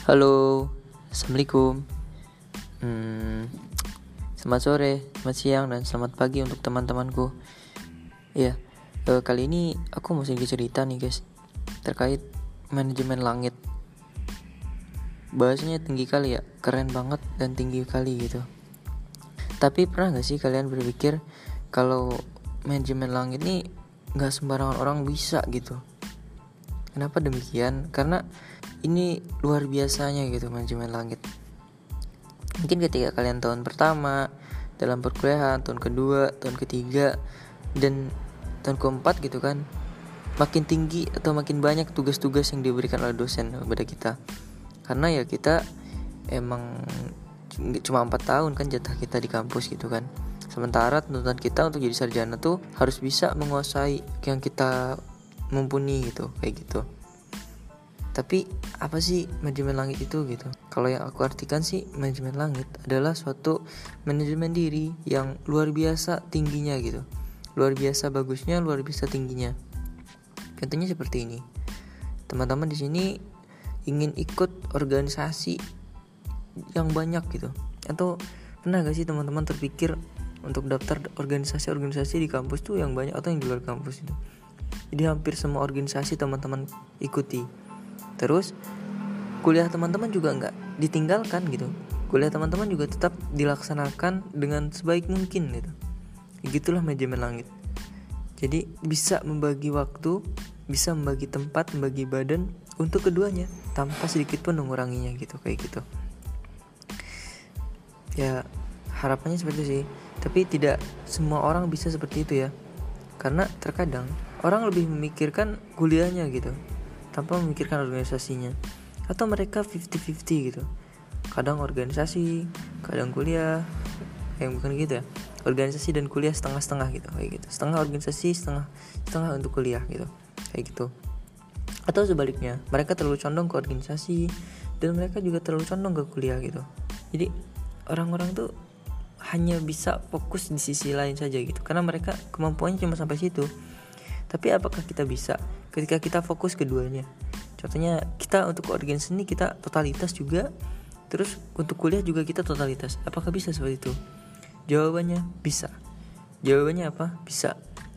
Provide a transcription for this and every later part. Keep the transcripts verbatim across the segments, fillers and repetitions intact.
Halo, Assalamualaikum. hmm, Selamat sore, selamat siang, dan selamat pagi untuk teman-temanku. Iya, eh, kali ini aku mau sedikit cerita nih guys, terkait manajemen langit. Bahasanya tinggi kali ya, keren banget dan tinggi kali gitu. Tapi pernah gak sih kalian berpikir kalau manajemen langit ini gak sembarangan orang bisa gitu? Kenapa demikian? Karena ini luar biasanya gitu manajemen langit. Mungkin ketika kalian tahun pertama dalam perkuliahan, tahun kedua, tahun ketiga, dan tahun keempat gitu kan, makin tinggi atau makin banyak tugas-tugas yang diberikan oleh dosen kepada kita. Karena ya kita emang cuma empat tahun kan jatah kita di kampus gitu kan. Sementara tuntutan kita untuk jadi sarjana tuh harus bisa menguasai yang kita mumpuni gitu, kayak gitu. Tapi apa sih manajemen langit itu gitu? Kalau yang aku artikan sih, manajemen langit adalah suatu manajemen diri yang luar biasa tingginya gitu. Luar biasa bagusnya, luar biasa tingginya. Contohnya seperti ini. Teman-teman di sini ingin ikut organisasi yang banyak gitu. Atau pernah gak sih teman-teman terpikir untuk daftar organisasi-organisasi di kampus tuh yang banyak atau yang di luar kampus itu? Jadi hampir semua organisasi teman-teman ikuti. Terus kuliah teman-teman juga nggak ditinggalkan gitu. Kuliah teman-teman juga tetap dilaksanakan dengan sebaik mungkin gitu. Gitulah manajemen langit. Jadi bisa membagi waktu, bisa membagi tempat, membagi badan untuk keduanya tanpa sedikit pun menguranginya gitu, kayak gitu. Ya harapannya seperti itu sih. Tapi tidak semua orang bisa seperti itu ya. Karena terkadang orang lebih memikirkan kuliahnya gitu tanpa memikirkan organisasinya. Atau mereka fifty-fifty gitu. Kadang organisasi, kadang kuliah. Yang bukan gitu ya. Organisasi dan kuliah setengah-setengah gitu, kayak gitu. Setengah organisasi, setengah setengah untuk kuliah gitu. Kayak gitu. Atau sebaliknya, mereka terlalu condong ke organisasi dan mereka juga terlalu condong ke kuliah gitu. Jadi orang-orang tuh hanya bisa fokus di sisi lain saja gitu. Karena mereka kemampuannya cuma sampai situ. Tapi apakah kita bisa ketika kita fokus keduanya? Contohnya kita untuk organisasi ini kita totalitas juga, terus untuk kuliah juga kita totalitas. Apakah bisa seperti itu? Jawabannya bisa. Jawabannya apa? Bisa.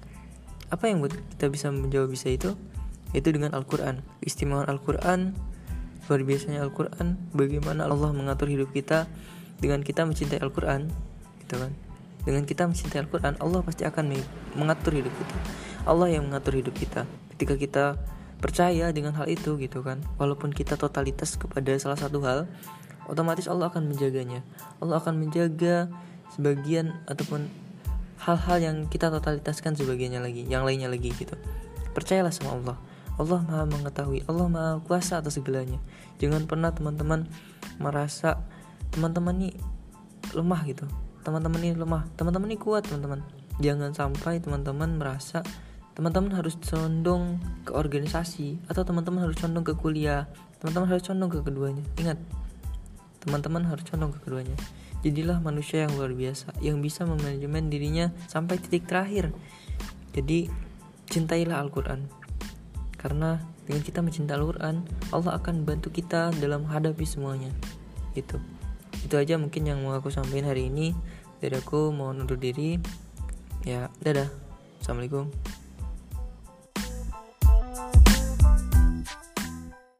Apa yang buat kita bisa menjawab bisa itu? Itu dengan Al-Quran. Istimewaan Al-Quran, luar biasanya Al-Quran. Bagaimana Allah mengatur hidup kita dengan kita mencintai Al-Quran, gitu kan? Dengan kita mencintai Al-Quran, Allah pasti akan mengatur hidup kita. Allah yang mengatur hidup kita. Ketika kita percaya dengan hal itu gitu kan, walaupun kita totalitas kepada salah satu hal, otomatis Allah akan menjaganya. Allah akan menjaga sebagian ataupun hal-hal yang kita totalitaskan sebagiannya lagi, yang lainnya lagi gitu. Percayalah sama Allah. Allah Maha mengetahui, Allah Maha kuasa atas segalanya. Jangan pernah teman-teman merasa teman-teman nih lemah gitu. Teman-teman ini lemah, teman-teman ini kuat teman-teman. Jangan sampai teman-teman merasa teman-teman harus condong ke organisasi atau teman-teman harus condong ke kuliah. Teman-teman harus condong ke keduanya. Ingat, teman-teman harus condong ke keduanya. Jadilah manusia yang luar biasa, yang bisa memanajemen dirinya sampai titik terakhir. Jadi cintailah Al-Quran. Karena dengan kita mencintai Al-Quran, Allah akan bantu kita dalam menghadapi semuanya. Gitu. Itu aja mungkin yang mau aku sampaikan hari ini. Dari aku mau undur diri. Ya, dadah. Assalamualaikum.